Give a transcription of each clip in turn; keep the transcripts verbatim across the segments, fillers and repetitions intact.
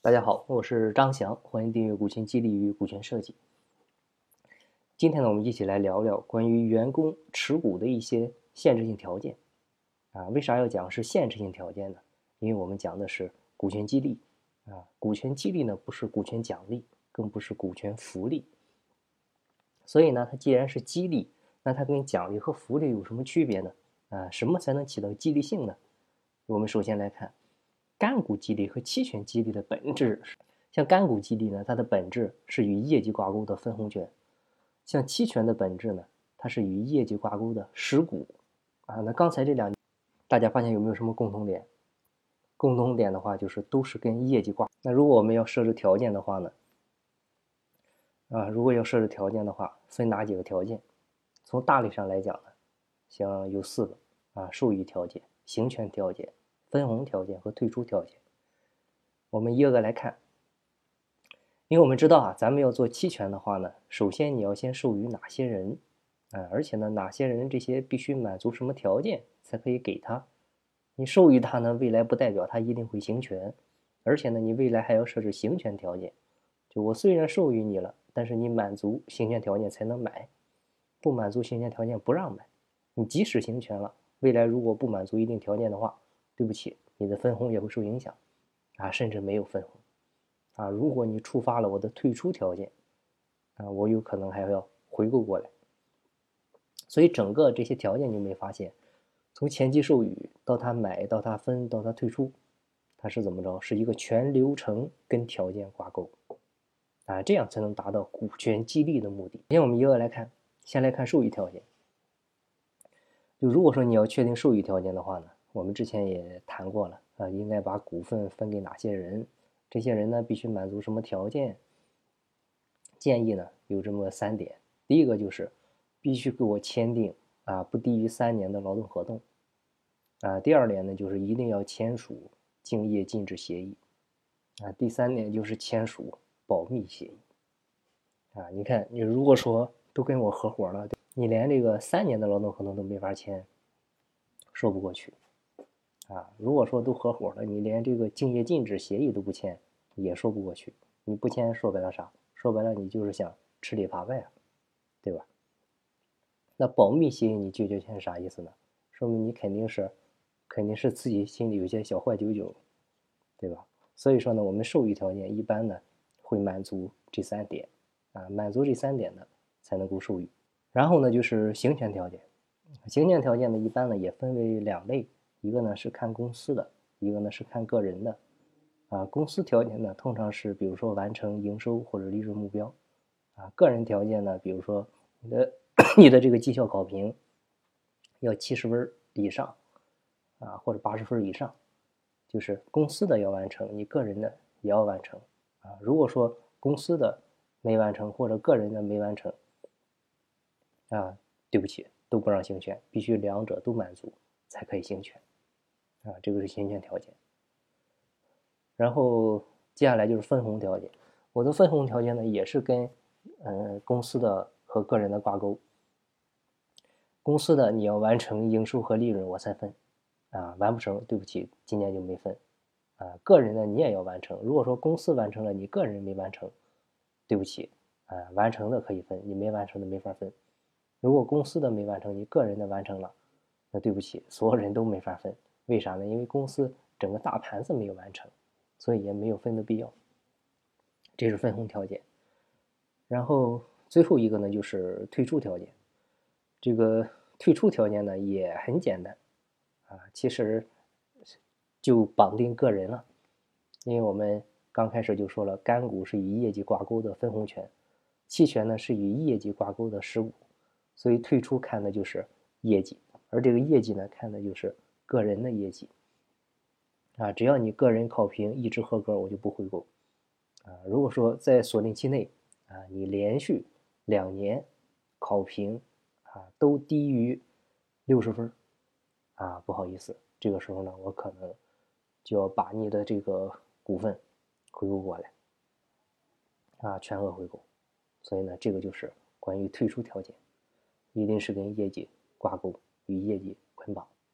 大家好，我是张翔，欢迎订阅股权激励与股权设计。今天呢，我们一起来聊聊关于员工持股的一些限制性条件。啊，为啥要讲是限制性条件呢？因为我们讲的是股权激励。啊，股权激励呢不是股权奖励，更不是股权福利。所以呢，它既然是激励，那它跟奖励和福利有什么区别呢？啊，什么才能起到激励性呢？我们首先来看干股激励和期权激励的本质。像干股激励呢，它的本质是与业绩挂钩的分红权；像期权的本质呢，它是与业绩挂钩的实股。啊，那刚才这两，大家发现有没有什么共同点？共同点的话，就是都是跟业绩挂。那如果我们要设置条件的话呢？啊，如果要设置条件的话，分哪几个条件？从大类上来讲呢，像有四个啊：授予条件、行权条件、分红条件和退出条件。我们一个个来看。因为我们知道啊，咱们要做期权的话呢，首先你要先授予哪些人，啊，而且呢，哪些人这些必须满足什么条件才可以给他。你授予他呢，未来不代表他一定会行权，而且呢，你未来还要设置行权条件。就我虽然授予你了，但是你满足行权条件才能买，不满足行权条件不让买。你即使行权了，未来如果不满足一定条件的话，对不起，你的分红也会受影响，啊，甚至没有分红。啊，如果你触发了我的退出条件，啊，我有可能还要回购过来。所以整个这些条件你没发现，从前期授予到他买，到他分，到他退出，它是怎么着？是一个全流程跟条件挂钩，啊，这样才能达到股权激励的目的。先我们一个来看，先来看授予条件。就如果说你要确定授予条件的话呢，我们之前也谈过了啊，应该把股份分给哪些人？这些人呢必须满足什么条件？建议呢有这么三点。第一个就是必须给我签订啊不低于三年的劳动合同。啊，第二点呢就是一定要签署竞业禁止协议。啊，第三点就是签署保密协议。啊，你看你如果说都跟我合伙了，你连这个三年的劳动合同都没法签，说不过去。啊，如果说都合伙了，你连这个竞业禁止协议都不签，也说不过去。你不签，说白了啥？说白了，你就是想吃里扒外啊，对吧？那保密协议你拒绝签啥意思呢？说明你肯定是，肯定是自己心里有些小坏九九，对吧？所以说呢，我们授予条件一般呢会满足这三点，啊，满足这三点呢才能够授予。然后呢就是行权条件，行权条件呢一般呢也分为两类。一个呢是看公司的，一个呢是看个人的。啊，公司条件呢通常是比如说完成营收或者利润目标。啊，个人条件呢，比如说你的你的这个绩效考评要七十分以上，啊或者八十分以上，就是公司的要完成，你个人的也要完成。啊，如果说公司的没完成或者个人的没完成，啊，对不起，都不让行权，必须两者都满足才可以行权。啊，这个是行权条件。然后接下来就是分红条件。我的分红条件呢，也是跟呃公司的和个人的挂钩。公司的你要完成营收和利润我才分，啊，完不成，对不起，今年就没分。啊，个人的你也要完成。如果说公司完成了，你个人没完成，对不起，啊，完成的可以分，你没完成的没法分。如果公司的没完成，你个人的完成了，那对不起，所有人都没法分。为啥呢？因为公司整个大盘子没有完成，所以也没有分的必要。这是分红条件。然后最后一个呢就是退出条件。这个退出条件呢也很简单啊，其实就绑定个人了。因为我们刚开始就说了，干股是与业绩挂钩的分红权，期权呢是与业绩挂钩的实股，所以退出看的就是业绩，而这个业绩呢看的就是个人的业绩。啊，只要你个人考评一直合格，我就不回购。啊，如果说在锁定期内啊，你连续两年考评啊都低于六十分，啊，不好意思，这个时候呢，我可能就要把你的这个股份回购过来，啊，全额回购。所以呢，这个就是关于退出条件，一定是跟业绩挂钩，与业绩捆绑。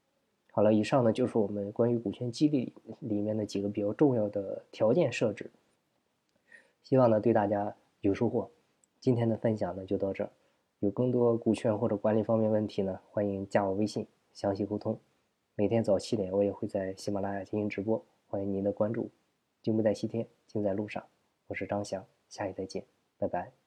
好了，以上呢就是我们关于股权激励里面的几个比较重要的条件设置，希望呢对大家有收获。今天的分享呢就到这儿，有更多股权或者管理方面问题呢，欢迎加我微信详细沟通。每天早七点我也会在喜马拉雅进行直播，欢迎您的关注。金不在西天，金在路上，我是张翔，下期再见，拜拜。